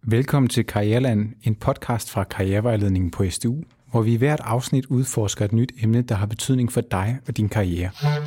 Velkommen til Karriereland, en podcast fra Karrierevejledningen på SDU, hvor vi i hvert afsnit udforsker et nyt emne, der har betydning for dig og din karriere.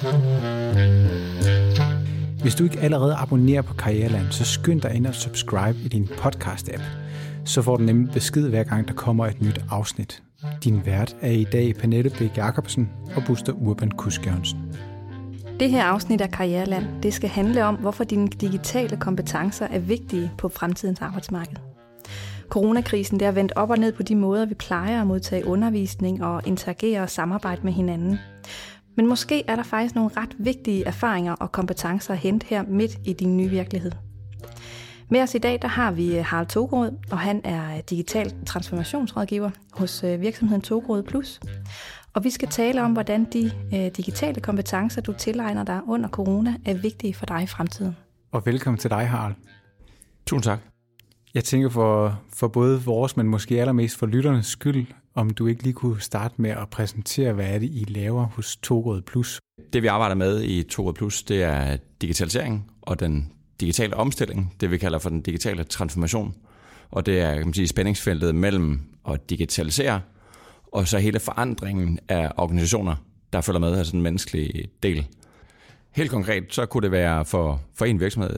Hvis du ikke allerede abonnerer på Karriereland, så skynd dig ind og subscribe i din podcast-app. Så får du nemlig besked hver gang, der kommer et nyt afsnit. Din vært er i dag Pernille Bæk Jacobsen og Buster Urban Kusk Jørgensen. Det her afsnit af Karriereland, det skal handle om, hvorfor dine digitale kompetencer er vigtige på fremtidens arbejdsmarked. Coronakrisen der har vendt op og ned på de måder, vi plejer at modtage undervisning og interagere og samarbejde med hinanden. Men måske er der faktisk nogle ret vigtige erfaringer og kompetencer at hente her midt i din nye virkelighed. Med os i dag, der har vi Harald Togrod, og han er digital transformationsrådgiver hos virksomheden Togrod Plus. Og vi skal tale om, hvordan de digitale kompetencer, du tilegner dig under corona, er vigtige for dig i fremtiden. Og velkommen til dig, Harald. Tusind tak. Jeg tænker for både vores, men måske allermest for lytternes skyld, om du ikke lige kunne starte med at præsentere, hvad er det, I laver hos Togrod Plus? Det vi arbejder med i Togrod Plus, det er digitalisering og den digitale omstilling, det vi kalder for den digitale transformation. Og det er, kan man sige, spændingsfeltet mellem at digitalisere og så hele forandringen af organisationer, der følger med, altså den menneskelige del. Helt konkret, så kunne det være for en virksomhed,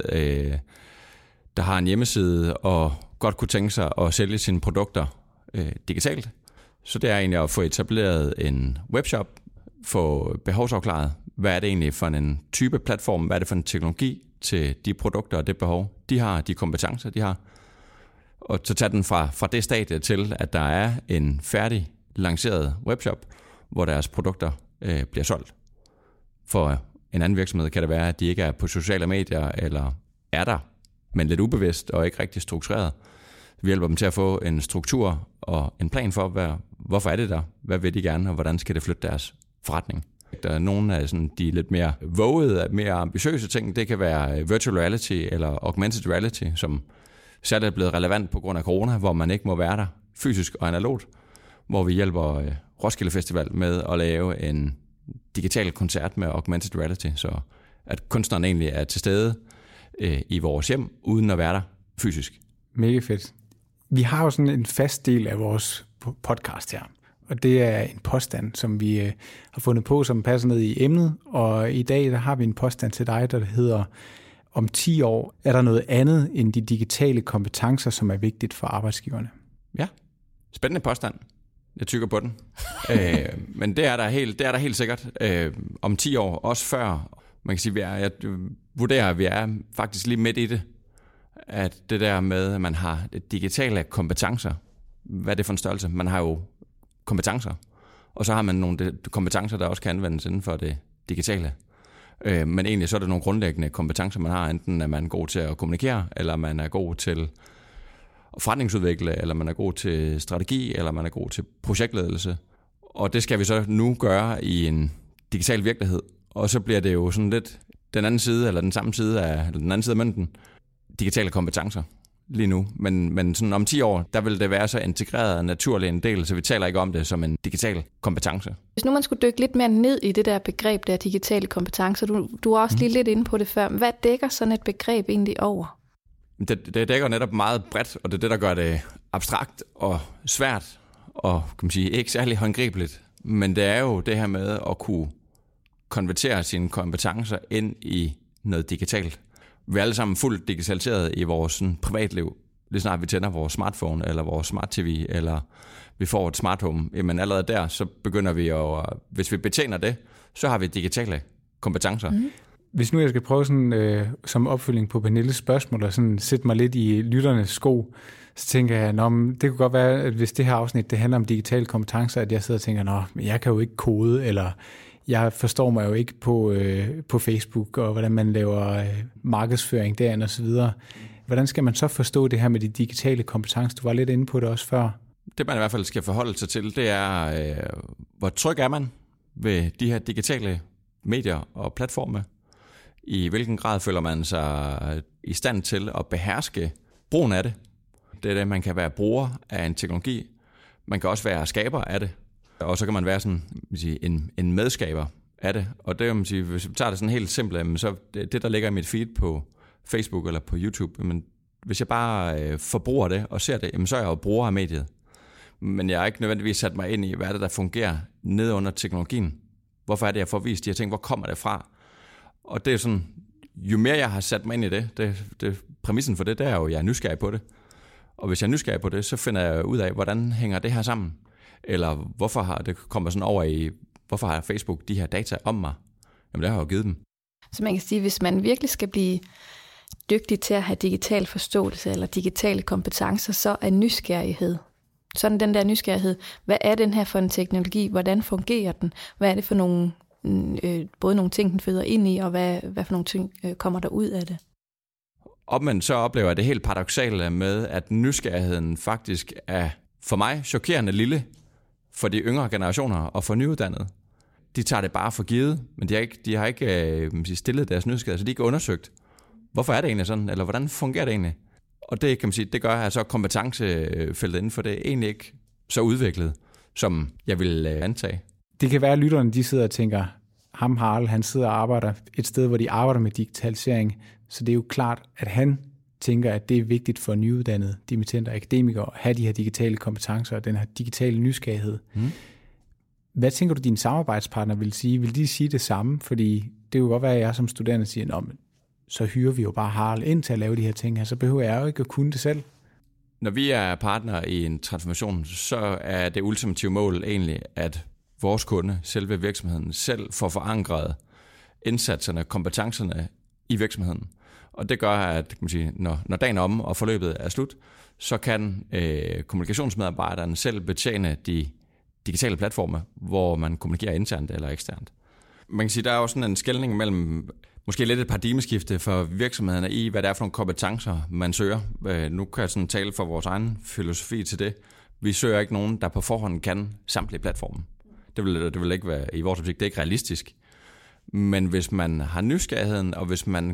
der har en hjemmeside og godt kunne tænke sig at sælge sine produkter digitalt. Så det er egentlig at få etableret en webshop, få behovsafklaret, hvad er det egentlig for en type platform, hvad er det for en teknologi til de produkter og det behov, de har, de kompetencer, de har. Og så tage den fra det stadie til, at der er en færdig lanceret webshop, hvor deres produkter bliver solgt. For en anden virksomhed kan det være, at de ikke er på sociale medier, eller er der, men lidt ubevidst og ikke rigtig struktureret. Vi hjælper dem til at få en struktur og en plan for, hvorfor er det der, hvad vil de gerne, og hvordan skal det flytte deres forretning. Der er nogle af sådan, de lidt mere vågede, mere ambitiøse ting. Det kan være virtual reality eller augmented reality, som særligt er blevet relevant på grund af corona, hvor man ikke må være der fysisk og analogt, hvor vi hjælper Roskilde Festival med at lave en digital koncert med augmented reality, så at kunstneren egentlig er til stede i vores hjem, uden at være der fysisk. Mega fedt. Vi har jo sådan en fast del af vores podcast her, og det er en påstand, som vi har fundet på, som passer ned i emnet, og i dag der har vi en påstand til dig, der hedder: om 10 år er der noget andet end de digitale kompetencer, som er vigtigt for arbejdsgiverne. Ja, spændende påstand. Jeg tykker på den. Men det er der helt sikkert. Om 10 år, også før, man kan sige, jeg vurderer, at vi er faktisk lige midt i det. At det der med, at man har digitale kompetencer, hvad er det for en størrelse? Man har jo kompetencer, og så har man nogle kompetencer, der også kan anvendes inden for det digitale. Men egentlig så er det nogle grundlæggende kompetencer, man har, enten at man er god til at kommunikere, eller man er god til at forretningsudvikle, eller man er god til strategi, eller man er god til projektledelse. Og det skal vi så nu gøre i en digital virkelighed. Og så bliver det jo sådan lidt den anden side, eller den anden side af mønten, digitale kompetencer lige nu. Men sådan om 10 år, der vil det være så integreret og naturlig en del, så vi taler ikke om det som en digital kompetence. Hvis nu man skulle dykke lidt mere ned i det der begreb, der digitale kompetencer, du er også lige lidt inde på det før. Hvad dækker sådan et begreb egentlig over? Det dækker netop meget bredt, og det er det, der gør det abstrakt og svært, og kan man sige, ikke særlig håndgribeligt. Men det er jo det her med at kunne konvertere sine kompetencer ind i noget digitalt. Vi er alle sammen fuldt digitaliseret i vores sådan, privatliv. Lige snart vi tænder vores smartphone, eller vores smart tv, eller vi får et smart home, jamen allerede der, så begynder vi at, hvis vi betjener det, så har vi digitale kompetencer. Mm. Hvis nu jeg skal prøve sådan, som opfølging på Pernilles spørgsmål, og sådan sætte mig lidt i lytternes sko, så tænker jeg, det kunne godt være, at hvis det her afsnit det handler om digitale kompetencer, at jeg sidder og tænker, jeg kan jo ikke kode, eller jeg forstår mig jo ikke på Facebook, og hvordan man laver markedsføring derinde og så videre. Hvordan skal man så forstå det her med de digitale kompetencer? Du var lidt inde på det også før. Det man i hvert fald skal forholde sig til, det er, hvor tryg er man ved de her digitale medier og platforme? I hvilken grad føler man sig i stand til at beherske brugen af det? Det er det, man kan være bruger af en teknologi. Man kan også være skaber af det. Og så kan man være sådan, en medskaber af det. Og det, hvis vi tager det sådan helt simpelt, så det der ligger i mit feed på Facebook eller på YouTube, men Hvis jeg bare forbruger det og ser det, jamen, så er jeg jo bruger af mediet. Men jeg har ikke nødvendigvis sat mig ind i, hvad er det, der fungerer nede under teknologien. Hvorfor er det, jeg får vist de her ting? Hvor kommer det fra? Og det er sådan, jo mere jeg har sat mig ind i det præmissen for det, der er jo, at jeg er nysgerrig på det. Og hvis jeg er nysgerrig på det, så finder jeg ud af, hvordan hænger det her sammen? Eller hvorfor har det kommer sådan over i, hvorfor har Facebook de her data om mig? Jamen, det har jeg jo givet dem. Så man kan sige, hvis man virkelig skal blive dygtig til at have digital forståelse eller digitale kompetencer, så er nysgerrighed. Sådan den der nysgerrighed. Hvad er den her for en teknologi? Hvordan fungerer den? Hvad er det for nogle, både nogle ting, den føder ind i, og hvad for nogle ting kommer der ud af det? Men så oplever jeg det helt paradoksale med, at nysgerrigheden faktisk er for mig chokerende lille for de yngre generationer og for nyuddannede. De tager det bare for givet, men de har ikke stillet deres nysgerrighed, så de har ikke undersøgt, hvorfor er det egentlig sådan, eller hvordan fungerer det egentlig? Og det kan man sige, det gør, at så kompetencefeltet inden for det er egentlig ikke så udviklet, som jeg vil antage. Det kan være, at lytterne de sidder og tænker, Harald, han sidder og arbejder et sted, hvor de arbejder med digitalisering, så det er jo klart, at han tænker, at det er vigtigt for nyuddannede dimittenter og akademikere at have de her digitale kompetencer og den her digitale nysgerrighed. Hvad tænker du, dine samarbejdspartner vil sige? Vil de sige det samme? Fordi det kunne godt være, at jeg som studerende siger, så hyrer vi jo bare Harald ind til at lave de her ting her, så behøver jeg jo ikke at kunne det selv. Når vi er partner i en transformation, så er det ultimative mål egentlig, at vores kunde, selve virksomheden, selv får forankret indsatserne, kompetencerne i virksomheden. Og det gør, at kan man sige, når dagen er om og forløbet er slut, så kan kommunikationsmedarbejderen selv betjene de digitale platforme, hvor man kommunikerer internt eller eksternt. Man kan sige, der er jo sådan en skelning mellem måske lidt et paradigmeskifte for virksomhederne i, hvad det er for nogle kompetencer, man søger. Nu kan jeg sådan tale for vores egen filosofi til det. Vi søger ikke nogen, der på forhånd kan samtlige platforme. Det vil ikke være i vores optik, det er ikke realistisk. Men hvis man har nysgerrigheden, og hvis man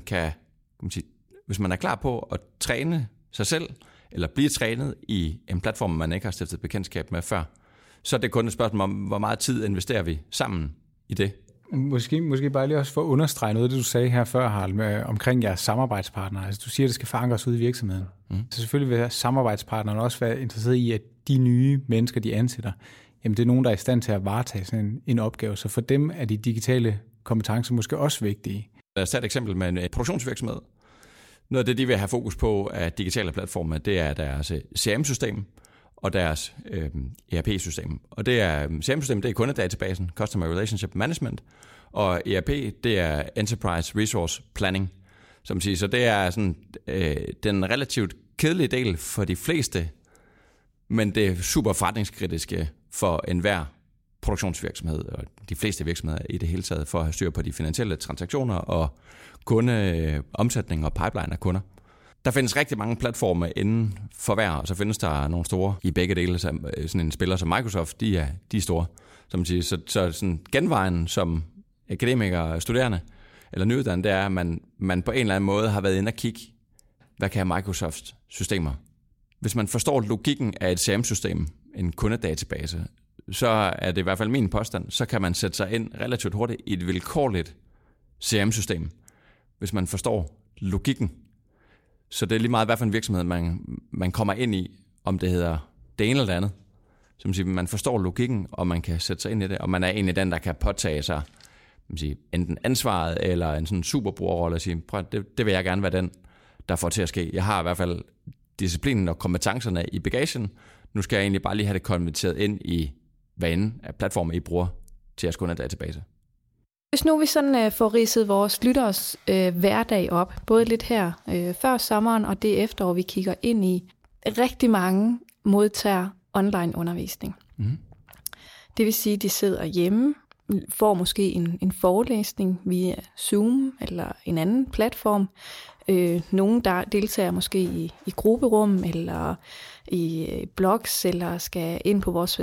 hvis man er klar på at træne sig selv, eller blive trænet i en platform, man ikke har stiftet bekendtskab med før, så er det kun et spørgsmål om, hvor meget tid investerer vi sammen i det. Måske bare lige også for at understrege noget af det, du sagde her før, Harald, omkring jeres samarbejdspartnere. Altså, du siger, at det skal forankres ud i virksomheden. Så selvfølgelig vil samarbejdspartnerne også være interesseret i, at de nye mennesker, de ansætter, jamen det er nogen, der er i stand til at varetage sådan en opgave. Så for dem er de digitale kompetencer måske også vigtige. Lad os tage et eksempel med en produktionsvirksomhed. Noget af det, de vil have fokus på af digitale platforme, det er deres CRM-system og deres ERP-system. Og det er CRM-systemet, det er kundedatabasen, Customer Relationship Management, og ERP, det er Enterprise Resource Planning, som siger. Så det er sådan den relativt kedelige del for de fleste, men det er super forretningskritiske for enhver produktionsvirksomhed, og de fleste virksomheder i det hele taget, for at have styr på de finansielle transaktioner og kundeomsætning og pipeline af kunder. Der findes rigtig mange platforme inden for hver, og så findes der nogle store i begge dele. Sådan en spiller som Microsoft, de er store. Som siger. Så sådan genvejen som akademiker, studerende eller nyuddannet, det er, at man på en eller anden måde har været inde og kigge, hvad kan Microsofts systemer? Hvis man forstår logikken af et CRM-system, en kundedatabase, så er det i hvert fald min påstand, så kan man sætte sig ind relativt hurtigt i et vilkårligt CRM-system, hvis man forstår logikken. Så det er lige meget, hvad for en virksomhed man kommer ind i, om det hedder det ene eller det andet. Som siger, man forstår logikken, og man kan sætte sig ind i det, og man er egentlig den, der kan påtage sig enten ansvaret eller en sådan superbrugerrolle og sige, prøv, det vil jeg gerne være den, der får til at ske. Jeg har i hvert fald disciplinen og kompetencerne i bagagen. Nu skal jeg egentlig bare lige have det konverteret ind i vanen af platformer, I bruger til jeres kundedatabase. Hvis nu vi sådan får ridset vores lytteres hverdag op, både lidt her før sommeren og det efterår, vi kigger ind i, rigtig mange modtager online undervisning. Det vil sige, at de sidder hjemme, får måske en forelæsning via Zoom eller en anden platform. Nogen, der deltager måske i grupperum eller i blogs, eller skal ind på vores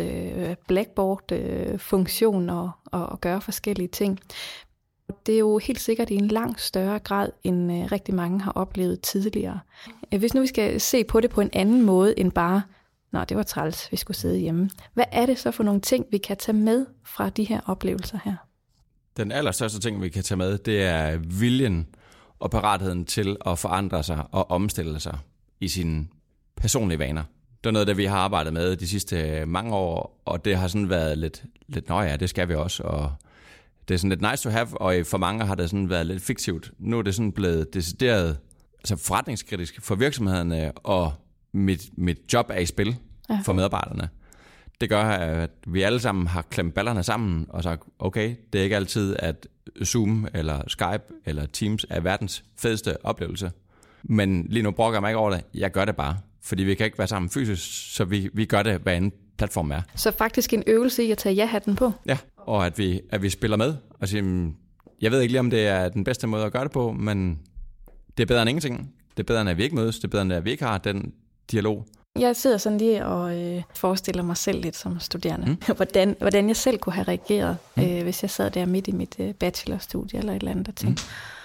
Blackboard-funktion og gøre forskellige ting. Det er jo helt sikkert i en langt større grad, end rigtig mange har oplevet tidligere. Hvis nu vi skal se på det på en anden måde end bare, det var træls, vi skulle sidde hjemme. Hvad er det så for nogle ting, vi kan tage med fra de her oplevelser her? Den allerstørste ting, vi kan tage med, det er viljen og paratheden til at forandre sig og omstille sig i sine personlige vaner. Det er noget, der vi har arbejdet med de sidste mange år, og det har sådan været lidt det skal vi også, og det er sådan lidt nice to have, og for mange har det sådan været lidt fiktivt. Nu er det sådan blevet decideret forretningskritisk for virksomhederne, og mit job er i spil for medarbejderne. Det gør, at vi alle sammen har klemt ballerne sammen og sagt, okay, det er ikke altid, at Zoom eller Skype eller Teams er verdens fedeste oplevelse. Men lige nu brokker jeg mig ikke over det. Jeg gør det bare, fordi vi kan ikke være sammen fysisk, så vi gør det, hvad anden platform er. Så faktisk en øvelse i at tage ja-hatten på? Ja, og at vi spiller med og siger, jeg ved ikke lige, om det er den bedste måde at gøre det på, men det er bedre end ingenting. Det er bedre, end at vi ikke mødes. Det er bedre, end at vi ikke har den dialog. Jeg sidder sådan lige og forestiller mig selv lidt som studerende, hvordan jeg selv kunne have reageret, hvis jeg sad der midt i mit bachelorstudie eller et eller andet og tænkte,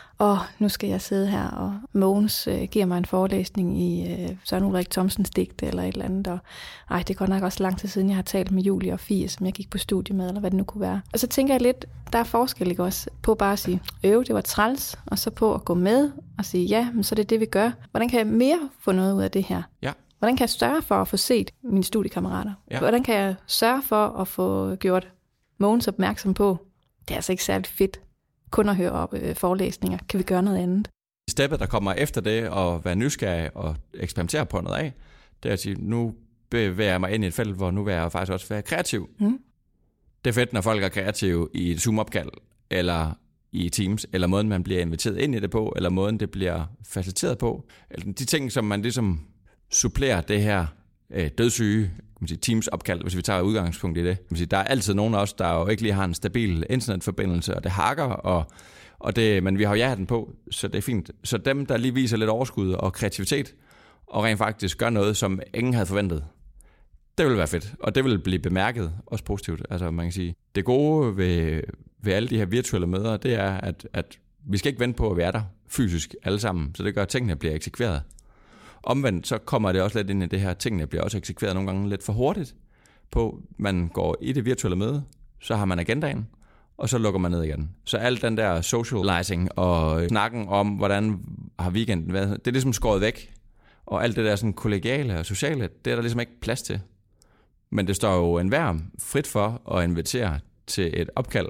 nu skal jeg sidde her, og Mogens giver mig en forelæsning i Søren Ulrik Thomsens digte eller et eller andet, og det går nok også lang tid siden, jeg har talt med Julie og Fie, som jeg gik på studie med, eller hvad det nu kunne være. Og så tænker jeg lidt, der er forskel, ikke også, på bare at sige, det var træls, og så på at gå med og sige, ja, men så er det vi gør. Hvordan kan jeg mere få noget ud af det her? Ja. Hvordan kan jeg sørge for at få set mine studiekammerater? Ja. Hvordan kan jeg sørge for at få gjort Mogens opmærksom på, det er altså ikke særlig fedt kun at høre forelæsninger. Kan vi gøre noget andet? Steppet, der kommer efter det, og være nysgerrig og eksperimentere på noget af, det er at sige, nu bevæger jeg mig ind i et felt, hvor nu vil jeg faktisk også være kreativ. Det er fedt, når folk er kreative i et Zoom-opkald, eller i Teams, eller måden, man bliver inviteret ind i det på, eller måden, det bliver faciliteret på. Eller de ting, som man ligesom supplerer det her dødssyge Teams-opkald, hvis vi tager udgangspunkt i det. Der er altid nogen af os, der jo ikke lige har en stabil internetforbindelse, og det hakker, men vi har jo ja-hatten på, så det er fint. Så dem, der lige viser lidt overskud og kreativitet, og rent faktisk gør noget, som ingen havde forventet, det vil være fedt, og det vil blive bemærket også positivt. Altså man kan sige, det gode ved alle de her virtuelle møder, det er, at vi skal ikke vente på, at vi er der fysisk alle sammen, så det gør, at tingene bliver eksekveret. Omvendt, så kommer det også lidt ind i det her, tingene bliver også eksekveret nogle gange lidt for hurtigt på, man går i det virtuelle møde, så har man agendaen, og så lukker man ned igen. Så alt den der socializing og snakken om, hvordan har weekenden været, det er ligesom skåret væk. Og alt det der sådan kollegiale og sociale, det er der ligesom ikke plads til. Men det står jo enhver frit for at invitere til et opkald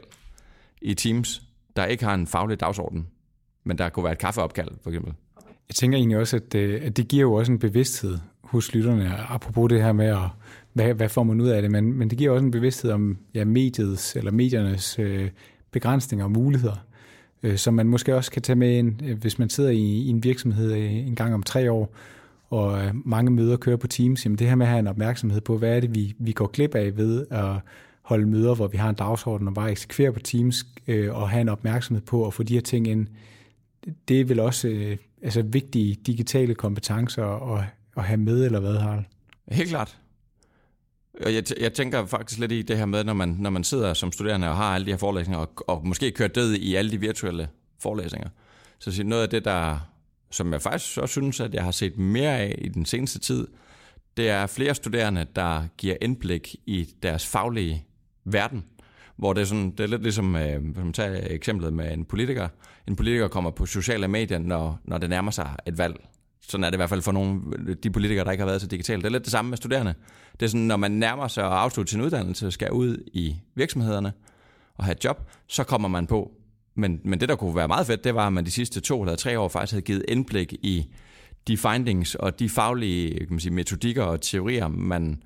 i Teams, der ikke har en faglig dagsorden, men der kunne være et kaffeopkald, for eksempel. Jeg tænker egentlig også, at det giver jo også en bevidsthed hos lytterne, apropos det her med, hvad får man ud af det, men det giver også en bevidsthed om mediets eller mediernes begrænsninger og muligheder, som man måske også kan tage med ind, hvis man sidder i en virksomhed en gang om 3 år, og mange møder kører på Teams. Jamen det her med at have en opmærksomhed på, hvad er det, vi går glip af ved at holde møder, hvor vi har en dagsorden og bare eksekvere på Teams, og have en opmærksomhed på at få de her ting ind. Det er vel også vigtige digitale kompetencer at have med, eller hvad, Harald? Helt klart. Og jeg tænker faktisk lidt i det her med, når man sidder som studerende og har alle de her forelæsninger, og måske kører død i alle de virtuelle forelæsninger. Så noget af det, som jeg faktisk også synes, at jeg har set mere af i den seneste tid, det er flere studerende, der giver indblik i deres faglige verden. Hvor det er lidt ligesom, hvis man tager eksemplet med en politiker. En politiker kommer på sociale medier, når det nærmer sig et valg. Sådan er det i hvert fald for nogle de politikere, der ikke har været så digitale. Det er lidt det samme med studerende. Det er sådan, når man nærmer sig at afslutte sin uddannelse, skal ud i virksomhederne og have et job, så kommer man på. Men det, der kunne være meget fedt, det var, at man de sidste 2 eller 3 år faktisk havde givet indblik i de findings og de faglige metodikker og teorier, man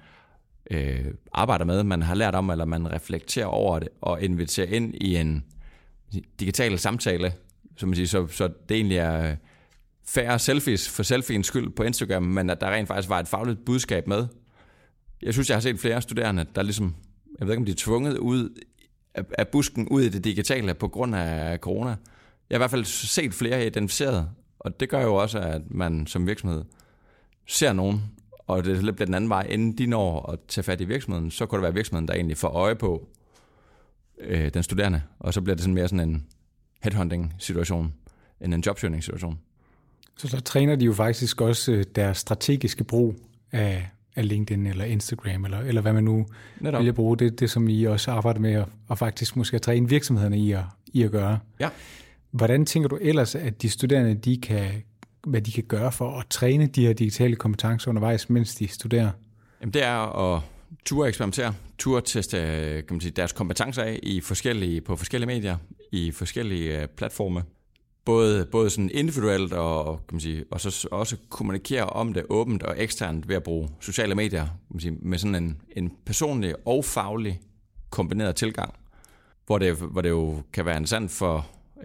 arbejder med, man har lært om, eller man reflekterer over det, og inviterer ind i en digital samtale, som man siger, så det egentlig er færre selfies for selfiens skyld på Instagram, men at der rent faktisk var et fagligt budskab med. Jeg synes, jeg har set flere studerende, der ligesom, jeg ved ikke, om de er tvunget ud af busken ud i det digitale på grund af corona. Jeg har i hvert fald set flere identificeret, og det gør jo også, at man som virksomhed ser nogen, og det bliver den anden vej, inden de når at tage fat i virksomheden, så kunne det være virksomheden, der egentlig får øje på den studerende, og så bliver det sådan mere sådan en headhunting-situation, end en jobsøgningssituation. Så træner de jo faktisk også deres strategiske brug af LinkedIn eller Instagram, eller hvad man nu vil bruge. Det, som I også arbejder med, og faktisk måske træne virksomhederne i at gøre. Ja. Hvordan tænker du ellers, at de studerende, de kan hvad de kan gøre for at træne de her digitale kompetencer undervejs, mens de studerer? Jamen, det er at turde eksperimentere, turde teste kan man sige, deres kompetencer af på forskellige medier, i forskellige platforme. Både sådan individuelt og, kan man sige, og så også kommunikere om det åbent og eksternt ved at bruge sociale medier, kan man sige, med sådan en personlig og faglig kombineret tilgang, hvor det jo kan være interessant for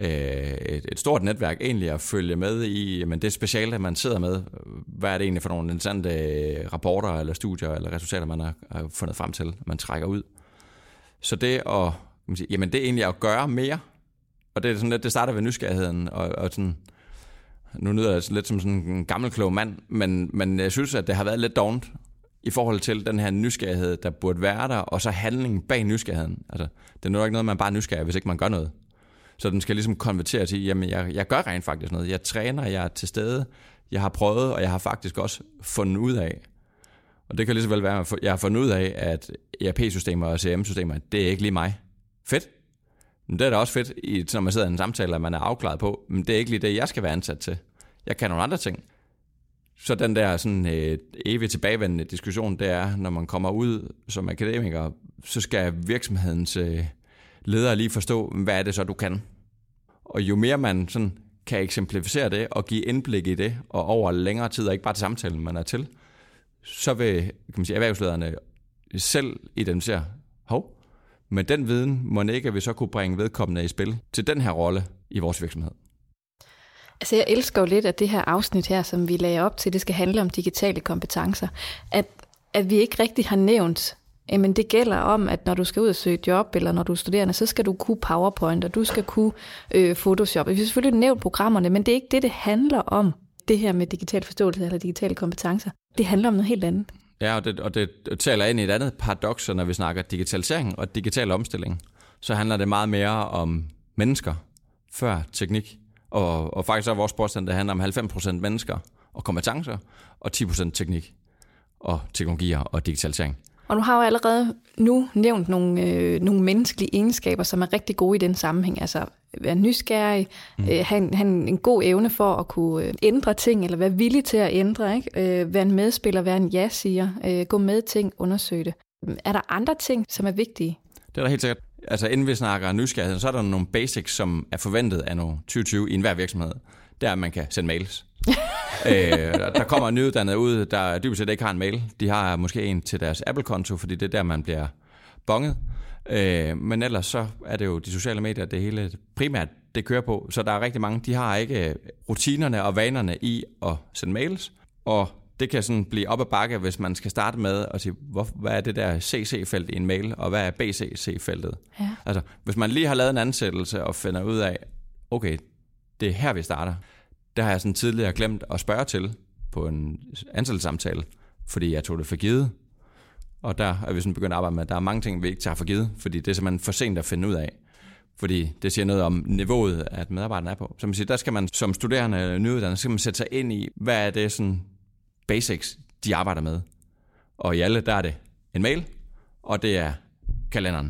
et stort netværk egentlig at følge med i, men det speciale, man sidder med, hvad er det egentlig for nogle interessante rapporter eller studier eller resultater, man har fundet frem til, man trækker ud. Så det at, jamen det er egentlig at gøre mere, og det er sådan lidt, det starter ved nysgerrigheden, og sådan, nu lyder jeg lidt som sådan en gammel klog mand, men jeg synes, at det har været lidt dovent i forhold til den her nysgerrighed, der burde være der, og så handlingen bag nysgerrigheden. Altså, det er nok ikke noget, man bare er nysgerrig, hvis ikke man gør noget. Så den skal ligesom konvertere til, jamen jeg gør rent faktisk noget. Jeg træner, jeg er til stede, jeg har prøvet, og jeg har faktisk også fundet ud af. Og det kan lige så vel være, at jeg har fundet ud af, at ERP-systemer og CRM-systemer, det er ikke lige mig. Fedt. Men det er da også fedt, når man sidder i en samtale, og man er afklaret på, men det er ikke lige det, jeg skal være ansat til. Jeg kan nogle andre ting. Så den der sådan evigt tilbagevendende diskussion, det er, når man kommer ud som akademiker, så skal virksomhedens ledere lige forstå, hvad er det så, du kan. Og jo mere man sådan kan eksemplificere det og give indblik i det, og over længere tid, og ikke bare til samtalen, man er til, så vil, kan man sige, erhvervslederne selv identificere, med den viden må ikke, at vi så kunne bringe vedkommende i spil til den her rolle i vores virksomhed. Altså jeg elsker jo lidt, at det her afsnit her, som vi lagde op til, det skal handle om digitale kompetencer. At vi ikke rigtig har nævnt, men det gælder om, at når du skal ud og søge job, eller når du er studerende, så skal du kunne PowerPoint, og du skal kunne Photoshop. Vi har selvfølgelig nævnt programmerne, men det er ikke det handler om, det her med digital forståelse eller digitale kompetencer. Det handler om noget helt andet. Ja, og det taler ind i et andet paradoks, når vi snakker digitalisering og digital omstilling. Så handler det meget mere om mennesker før teknik. Og faktisk er vores påstand, det handler om 90% mennesker og kompetencer, og 10% teknik og teknologier og digitalisering. Og du har jo allerede nu nævnt nogle menneskelige egenskaber, som er rigtig gode i den sammenhæng. Altså være nysgerrig, have en god evne for at kunne ændre ting, eller være villig til at ændre, ikke? Være en medspiller, være en ja-siger, gå med ting, undersøge det. Er der andre ting, som er vigtige? Det er der helt sikkert. Altså inden vi snakker nysgerrighed, så er der nogle basics, som er forventet af 2020 i enhver virksomhed. Det er, at man kan sende mails. Der kommer en nyuddannet ud, der dybest set ikke har en mail. De har måske en til deres Apple-konto, fordi det er der, man bliver bonget. Men ellers så er det jo de sociale medier, det hele primært det kører på. Så der er rigtig mange, de har ikke rutinerne og vanerne i at sende mails. Og det kan sådan blive op ad bakke, hvis man skal starte med at sige, hvad er det der CC-felt i en mail, og hvad er BCC-feltet? Ja. Altså, hvis man lige har lavet en ansættelse og finder ud af, okay, det er her, vi starter. Det har jeg sådan tidligere glemt at spørge til på en ansættelsessamtale, fordi jeg tog det for givet. Og der er vi sådan begyndt at arbejde med, at der er mange ting, vi ikke tager for givet, fordi det er simpelthen for sent at finde ud af. Fordi det siger noget om niveauet, at medarbejderne er på. Så man siger, der skal man som studerende nyuddannet, skal man sætte sig ind i, hvad er det sådan basics, de arbejder med. Og i alle, der er det en mail, og det er kalenderen.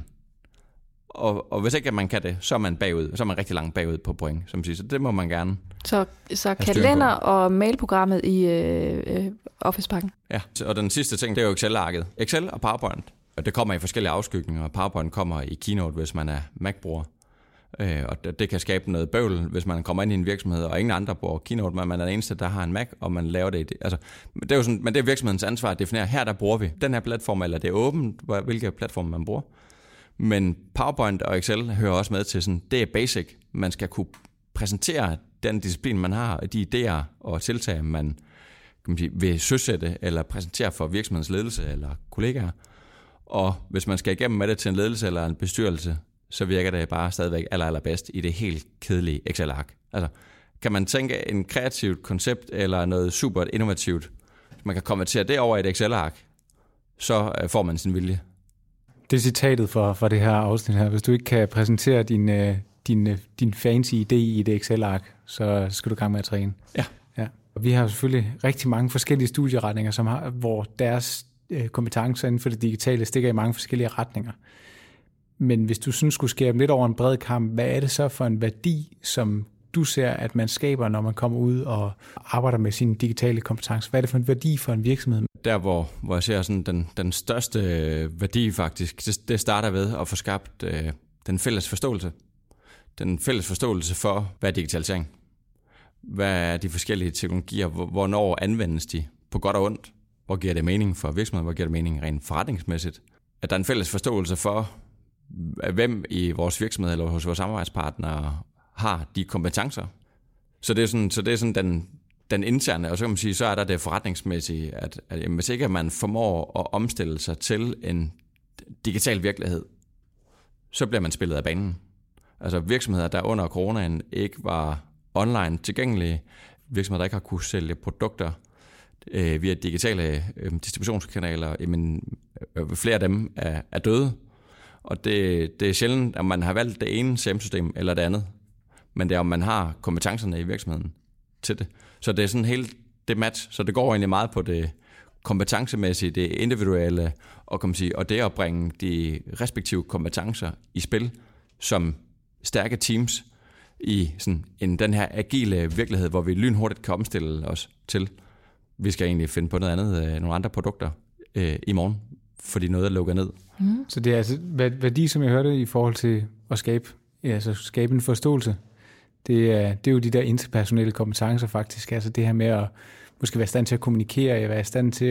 Og hvis ikke man kan det, så er man bagud, så er man rigtig langt bagud på point, som siger. Så det må man gerne. Så kalender og mailprogrammet i Office-pakken. Ja, og den sidste ting, det er jo Excel-arket. Excel og PowerPoint. Og det kommer i forskellige afskygninger. PowerPoint kommer i Keynote, hvis man er Mac-bruger. Og det kan skabe noget bøvl, hvis man kommer ind i en virksomhed, og ingen andre bruger Keynote, men man er den eneste, der har en Mac, og man laver det i det. Altså, det er jo sådan, men det er virksomhedens ansvar at definere, her der bruger vi den her platform, eller det er åbent, hvilke platform man bruger. Men PowerPoint og Excel hører også med til sådan, det er basic. Man skal kunne præsentere den disciplin, man har, de idéer og tiltag, man kan man sige, vil søsætte eller præsentere for virksomhedens ledelse eller kollegaer. Og hvis man skal igennem med det til en ledelse eller en bestyrelse, så virker det bare stadigvæk allerbedst i det helt kedelige Excel-ark. Altså, kan man tænke en kreativt koncept eller noget super innovativt, man kan konvertere det over i et Excel-ark, så får man sin vilje. Det er citatet for det her afsnit her. Hvis du ikke kan præsentere din fancy idé i et Excel-ark, så skal du i gang med at træne. Ja. Og vi har selvfølgelig rigtig mange forskellige studieretninger, hvor deres kompetencer inden for det digitale stikker i mange forskellige retninger. Men hvis du synes, skulle skære dem lidt over en bred kamp, hvad er det så for en værdi, som du ser, at man skaber, når man kommer ud og arbejder med sine digitale kompetencer? Hvad er det for en værdi for en virksomhed? Der, hvor jeg ser sådan den største værdi faktisk, det starter ved at få skabt den fælles forståelse. Den fælles forståelse for, hvad er digitalisering? Hvad er de forskellige teknologier? Hvornår anvendes de på godt og ondt? Hvor giver det mening for virksomheden? Hvor giver det mening rent forretningsmæssigt? At der er en fælles forståelse for, hvem i vores virksomhed eller hos vores samarbejdspartnere har de kompetencer. Så det er sådan den interne, og så kan man sige, så er der det forretningsmæssige, at hvis ikke man formår at omstille sig til en digital virkelighed, så bliver man spillet af banen. Altså virksomheder, der under coronaen ikke var online tilgængelige, virksomheder, der ikke har kunne sælge produkter via digitale distributionskanaler, men flere af dem er døde. Og det er sjældent, at man har valgt det ene CRM-system eller det andet, men det er, om man har kompetencerne i virksomheden til det. Så det er sådan helt det match, så det går egentlig meget på det kompetencemæssige, det individuelle, og, kan man sige, og det at bringe de respektive kompetencer i spil som stærke teams i sådan den her agile virkelighed, hvor vi lynhurtigt kan omstille os til. Vi skal egentlig finde på noget andet, nogle andre produkter i morgen, fordi noget er lukket ned. Mm. Så det er altså værdi, som jeg hørte i forhold til at skabe en forståelse. Det er jo de der interpersonelle kompetencer faktisk. Altså det her med at måske være i stand til at kommunikere, være i stand til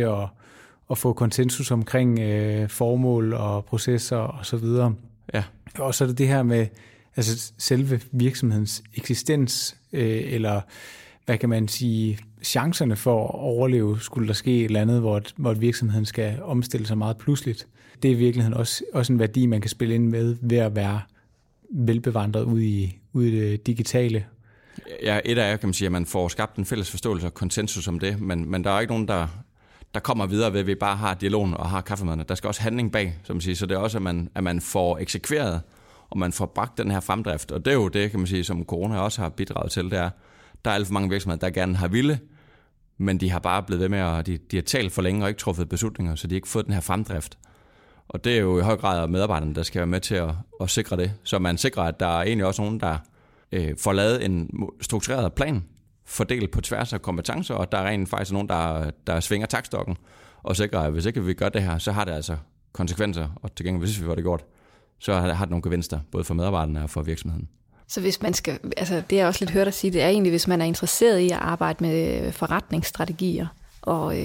at få konsensus omkring formål og processer og så videre. Ja. Og så er det her med altså selve virksomhedens eksistens, eller hvad kan man sige, chancerne for at overleve, skulle der ske et eller andet, hvor virksomheden skal omstille sig meget pludseligt. Det er i virkeligheden også en værdi, man kan spille ind med ved at være velbevandret ud i det digitale. Ja, et af kan man sige, at man får skabt en fælles forståelse og konsensus om det, men der er ikke nogen, der kommer videre ved, at vi bare har dialogen og har kaffemaderne. Der skal også handling bag, som man siger, så det er også, at man får eksekveret, og man får bragt den her fremdrift. Og det er jo det, kan man sige, som corona også har bidraget til, det er, der er alt for mange virksomheder, der gerne har ville, men de har bare blevet ved med, at de har talt for længe og ikke truffet beslutninger, så de har ikke fået den her fremdrift. Og det er jo i høj grad medarbejderne, der skal være med til at sikre det. Så man sikrer, at der er egentlig også nogen, der får lavet en struktureret plan, fordelt på tværs af kompetencer, og der er rent faktisk nogen, der svinger taktstokken og sikrer, at hvis ikke vi gør det her, så har det altså konsekvenser, og til gengæld, hvis vi får det gjort, så har det nogle gevinster, både for medarbejderne og for virksomheden. Så hvis man skal, altså det er også lidt hørt at sige, det er egentlig, hvis man er interesseret i at arbejde med forretningsstrategier og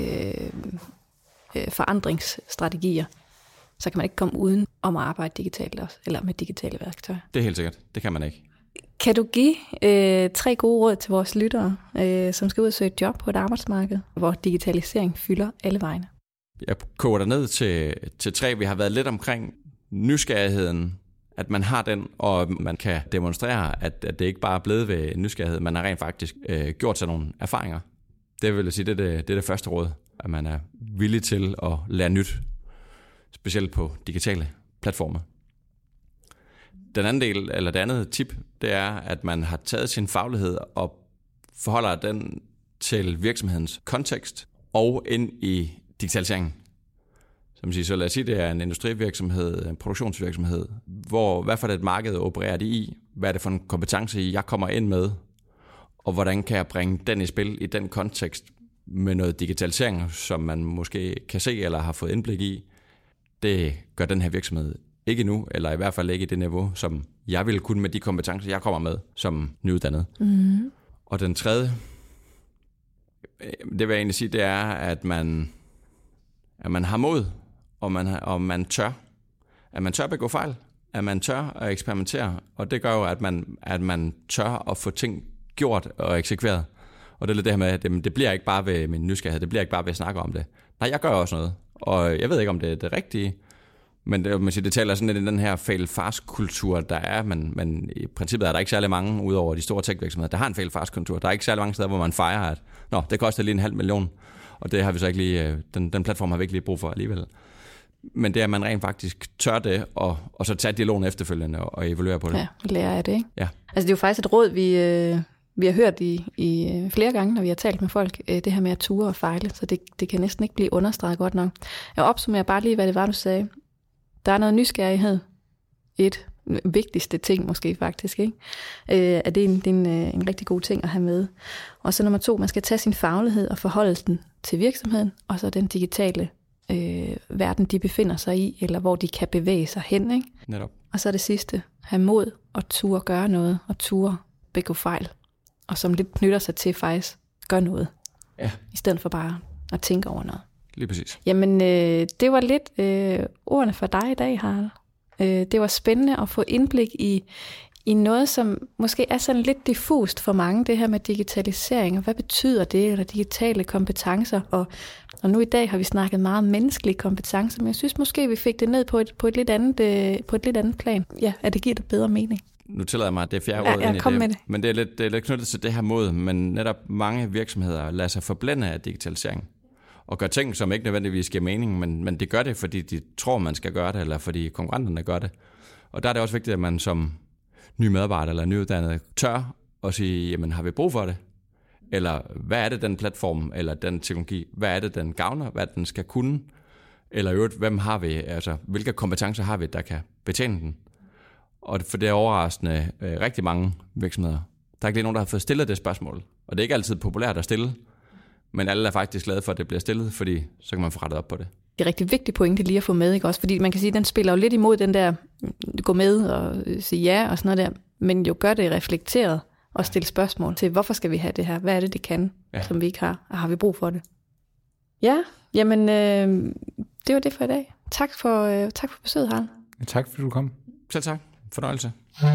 forandringsstrategier, så kan man ikke komme uden om at arbejde digitalt også, eller med digitale værktøjer. Det er helt sikkert. Det kan man ikke. Kan du give 3 gode råd til vores lyttere, som skal ud og søge et job på et arbejdsmarked, hvor digitalisering fylder alle vegne? Jeg koger der ned til 3. Vi har været lidt omkring nysgerrigheden, at man har den, og man kan demonstrere, at det ikke bare er blevet ved nysgerrighed, man har rent faktisk gjort sig nogle erfaringer. Det vil jeg sige, det er det første råd, at man er villig til at lære nyt, specielt på digitale platforme. Den anden del, eller det andet tip, det er, at man har taget sin faglighed og forholder den til virksomhedens kontekst og ind i digitaliseringen. Som siger, så lad os sige, det er en industrivirksomhed, en produktionsvirksomhed, hvad for et marked opererer de i? Hvad er det for en kompetence, jeg kommer ind med? Og hvordan kan jeg bringe den i spil i den kontekst med noget digitalisering, som man måske kan se eller har fået indblik i? Det gør den her virksomhed ikke nu, eller i hvert fald ikke i det niveau, som jeg ville kunne med de kompetencer, jeg kommer med som nyuddannet. Mm. Og den tredje, det vil jeg egentlig sige, det er, at man har mod, og man tør. At man tør begå fejl, at man tør at eksperimentere, og det gør jo, at man tør at få ting gjort og eksekveret. Og det er lidt det her med, at det bliver ikke bare ved min nysgerrighed, det bliver ikke bare ved at snakke om det. Nej, jeg gør også noget, og jeg ved ikke, om det er det rigtige, men det taler sådan lidt i den her fail-fast-kultur, der er, men i princippet er der ikke særlig mange, udover de store tech-virksomheder, der har en fail-fast-kultur. Der er ikke særlig mange steder, hvor man fejrer, at det koster lige 500.000, og det har vi så ikke lige, den platform har vi ikke lige brug for alligevel. Men det er, at man rent faktisk tør det, og så tage dialogen efterfølgende og evaluere på det. Ja, lære af det, ikke? Ja. Altså det er jo faktisk et råd, vi har hørt i flere gange, når vi har talt med folk, det her med at ture og fejle, så det kan næsten ikke blive understreget godt nok. Jeg opsummerer bare lige, hvad det var, du sagde. Der er noget nysgerrighed. vigtigste ting måske faktisk, ikke? At det er en rigtig god ting at have med. Og så nummer 2, man skal tage sin faglighed og forholde den til virksomheden, og så den digitale verden, de befinder sig i, eller hvor de kan bevæge sig hen, ikke? Netop. Og så det sidste, have mod og turde gøre noget, og turde begå fejl, og som lidt knytter sig til faktisk gøre noget, i stedet for bare at tænke over noget. Lige præcis. Jamen, det var lidt ordene for dig i dag, Harald. Det var spændende at få indblik i noget, som måske er sådan lidt diffust for mange, det her med digitalisering, og hvad betyder det, eller digitale kompetencer, og nu i dag har vi snakket meget om menneskelige kompetencer, men jeg synes måske, vi fik det ned på et lidt andet plan. Ja, at det giver det bedre mening. Nu tillader jeg mig, at det er fjerde råd ind i det. Men det er lidt knyttet til det her mod, men netop mange virksomheder lader sig forblænde af digitalisering. Og gør ting, som ikke nødvendigvis giver mening, men det gør det, fordi de tror, man skal gøre det, eller fordi konkurrenterne gør det. Og der er det også vigtigt, at man som ny medarbejder eller nyuddannet tør at sige, jamen har vi brug for det? Eller hvad er det, den platform eller den teknologi, hvad er det, den gavner, hvad den skal kunne? Eller i øvrigt, hvilke kompetencer har vi, der kan betjene den? Og for det er overraskende rigtig mange virksomheder. Der er ikke lige nogen, der har fået stillet det spørgsmål. Og det er ikke altid populært at stille, men alle er faktisk glade for, at det bliver stillet, fordi så kan man få rettet op på det. Det er rigtig vigtigt pointe lige at få med, ikke også? Fordi man kan sige, at den spiller jo lidt imod den der, gå med og sige ja og sådan noget der, men jo gør det reflekteret og stille spørgsmål til, hvorfor skal vi have det her? Hvad er det kan, som vi ikke har? Og har vi brug for det? Ja, jamen det var det for i dag. Tak for besøget, Harald. Ja, tak fordi du kom. Selv tak. Fornøjelse.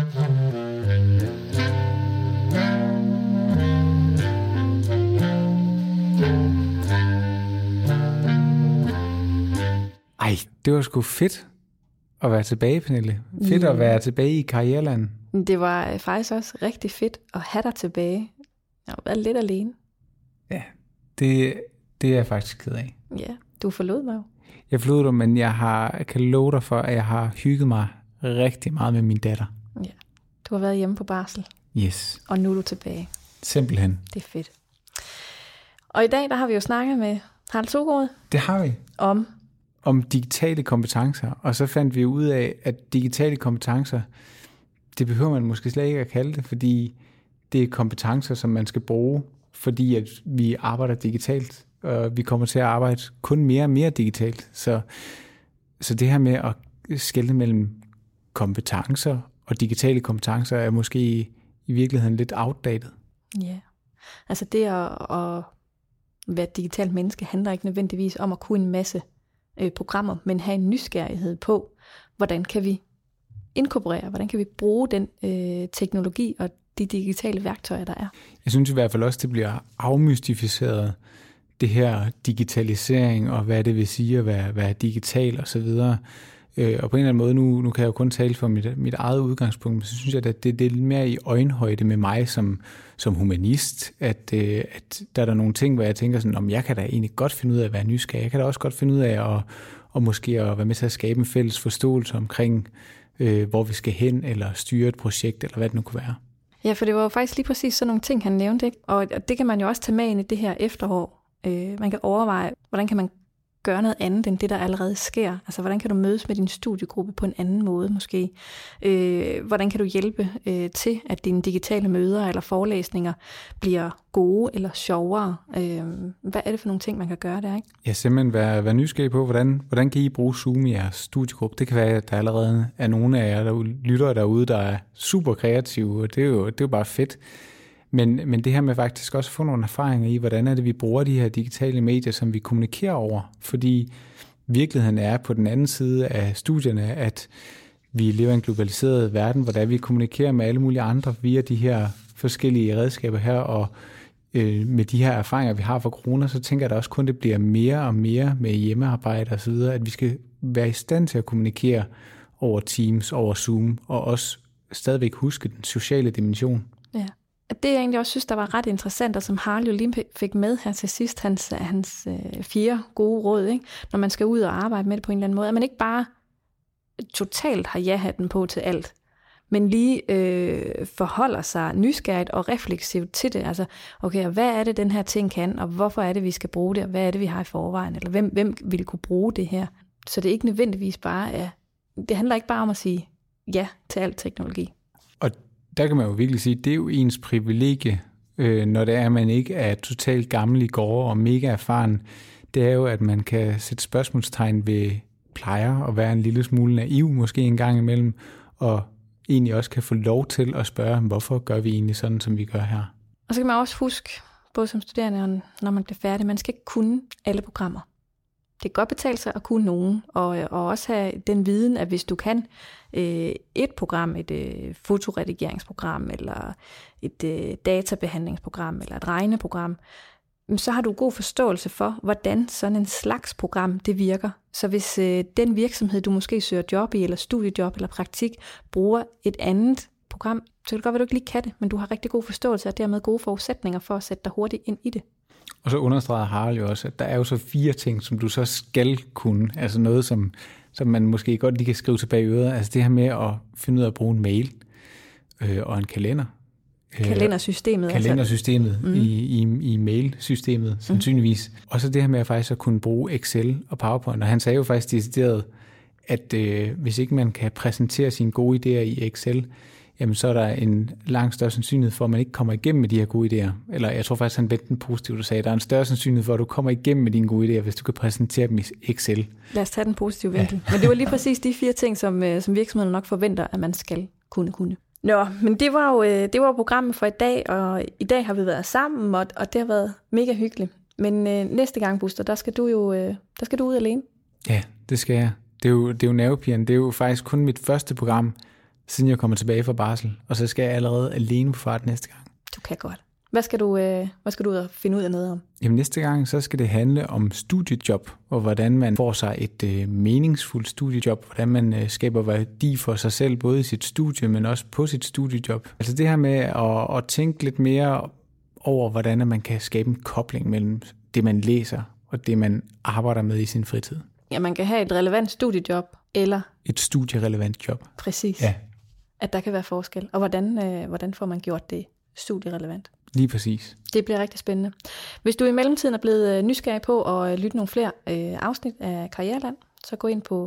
Ej, det var sgu fedt at være tilbage, Pernille. Fedt at være tilbage i Karriereland. Det var faktisk også rigtig fedt at have dig tilbage. Jeg har været lidt alene. Ja, det er jeg faktisk ked af. Ja, du forlod mig jo. Jeg forlod dig, men jeg kan love dig for, at jeg har hygget mig rigtig meget med min datter. Ja, du har været hjemme på barsel. Yes. Og nu er du tilbage. Simpelthen. Det er fedt. Og i dag, der har vi jo snakket med Harald Søgaard. Det har vi. Om digitale kompetencer. Og så fandt vi ud af, at digitale kompetencer, det behøver man måske slet ikke at kalde det, fordi det er kompetencer, som man skal bruge, fordi at vi arbejder digitalt, og vi kommer til at arbejde kun mere og mere digitalt. Så det her med at skelne mellem kompetencer og digitale kompetencer er måske i virkeligheden lidt outdated. Ja, altså det at være et digitalt menneske handler ikke nødvendigvis om at kunne en masse programmer, men have en nysgerrighed på, hvordan kan vi inkorporere, hvordan kan vi bruge den teknologi og de digitale værktøjer, der er. Jeg synes i hvert fald også, det bliver afmystificeret, det her digitalisering, og hvad det vil sige at være digital og så videre. Og på en eller anden måde, nu kan jeg jo kun tale for mit eget udgangspunkt, men så synes jeg, at det er lidt mere i øjenhøjde med mig som humanist, at der er der nogle ting, hvor jeg tænker sådan, om jeg kan da egentlig godt finde ud af at være nysgerrig. Jeg kan da også godt finde ud af at måske at være med til at skabe en fælles forståelse omkring, hvor vi skal hen, eller styre et projekt, eller hvad det nu kunne være. Ja, for det var jo faktisk lige præcis sådan nogle ting, han nævnte, ikke? Og det kan man jo også tage med ind i det her efterår. Man kan overveje, hvordan kan man gøre noget andet end det, der allerede sker. Altså, hvordan kan du mødes med din studiegruppe på en anden måde måske? Hvordan kan du hjælpe til, at dine digitale møder eller forelæsninger bliver gode eller sjovere? Hvad er det for nogle ting, man kan gøre der, ikke? Ja, simpelthen være nysgerrig på, hvordan kan I bruge Zoom i jeres studiegruppe? Det kan være, at der allerede er nogle af jer, der lytter derude, der er super kreative, og det er jo bare fedt. Men det her med faktisk også at få nogle erfaringer i, hvordan er det, vi bruger de her digitale medier, som vi kommunikerer over. Fordi virkeligheden er på den anden side af studierne, at vi lever i en globaliseret verden, hvor der vi kommunikerer med alle mulige andre via de her forskellige redskaber her. Og med de her erfaringer, vi har fra corona, så tænker jeg da også kun, det bliver mere og mere med hjemmearbejde og så videre, at vi skal være i stand til at kommunikere over Teams, over Zoom, og også stadigvæk huske den sociale dimension. Ja. Det jeg egentlig også synes, der var ret interessant, og som Harald jo lige fik med her til sidst, hans 4 gode råd, ikke? Når man skal ud og arbejde med det på en eller anden måde, at man ikke bare totalt har ja-hatten på til alt, men lige forholder sig nysgerrigt og refleksivt til det. Altså, okay, hvad er det, den her ting kan, og hvorfor er det, vi skal bruge det, og hvad er det, vi har i forvejen, eller hvem vil kunne bruge det her? Så det er ikke nødvendigvis bare det handler ikke bare om at sige ja til al teknologi. Og der kan man jo virkelig sige, at det er jo ens privilegie, når det er, at man ikke er totalt gammel i gårde og mega erfaren. Det er jo, at man kan sætte spørgsmålstegn ved plejer og være en lille smule naiv måske en gang imellem, og egentlig også kan få lov til at spørge, hvorfor gør vi egentlig sådan, som vi gør her. Og så kan man også huske, både som studerende og når man bliver færdig, man skal ikke kunne alle programmer. Det kan godt betale sig at kunne nogen, og også have den viden, at hvis du kan et program, et fotoredigeringsprogram, eller et databehandlingsprogram, eller et regneprogram, så har du god forståelse for, hvordan sådan en slags program det virker. Så hvis den virksomhed, du måske søger job i, eller studiejob, eller praktik, bruger et andet program, så kan det godt være, du ikke lige kan det, men du har rigtig god forståelse og dermed gode forudsætninger for at sætte dig hurtigt ind i det. Og så understreger Harald jo også, at der er jo så 4 ting, som du så skal kunne. Altså noget, som man måske godt lige kan skrive tilbage i øret. Altså det her med at finde ud af at bruge en mail og en kalender. Kalendersystemet. Kalendersystemet i mailsystemet, sandsynligvis. Og så det her med faktisk at kunne bruge Excel og PowerPoint. Og han sagde jo faktisk decideret, at hvis ikke man kan præsentere sine gode idéer i Excel, jamen så er der en langt større sandsynlighed for, at man ikke kommer igennem med de her gode idéer. Eller jeg tror faktisk, han vendte den positivt og sagde, at der er en større sandsynlighed for, at du kommer igennem med dine gode idéer, hvis du kan præsentere dem i Excel. Lad os tage den positive vinkel. Ja. Men det var lige præcis de 4 ting, som virksomheden nok forventer, at man skal kunne. Nå, men det var programmet for i dag, og i dag har vi været sammen, og det har været mega hyggeligt. Men næste gang, Buster, der skal du ud alene. Ja, det skal jeg. Det er jo nervepirrende. Det er jo faktisk kun mit første program, siden jeg kommer tilbage fra barsel, og så skal jeg allerede alene på fart næste gang. Du kan godt. Hvad skal du ud og finde ud af noget om? Jamen næste gang, så skal det handle om studiejob, og hvordan man får sig et meningsfuldt studiejob, hvordan man skaber værdi for sig selv, både i sit studie, men også på sit studiejob. Altså det her med at tænke lidt mere over, hvordan man kan skabe en kobling mellem det, man læser, og det, man arbejder med i sin fritid. Ja, man kan have et relevant studiejob, eller et studierelevant job. Præcis. Ja. At der kan være forskel. Og hvordan får man gjort det studierelevant? Lige præcis. Det bliver rigtig spændende. Hvis du i mellemtiden er blevet nysgerrig på at lytte nogle flere afsnit af Karriereland, så gå ind på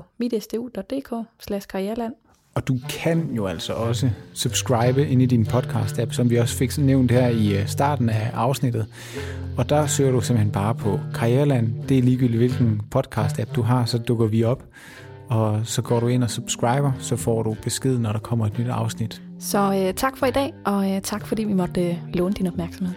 mitstu.dk/karriereland. Og du kan jo altså også subscribe ind i din podcast-app, som vi også fik nævnt her i starten af afsnittet. Og der søger du simpelthen bare på Karriereland. Det er ligegyldigt, hvilken podcast-app du har, så dukker vi op. Og så går du ind og subscriber, så får du besked, når der kommer et nyt afsnit. Så tak for i dag, og tak fordi vi måtte låne din opmærksomhed.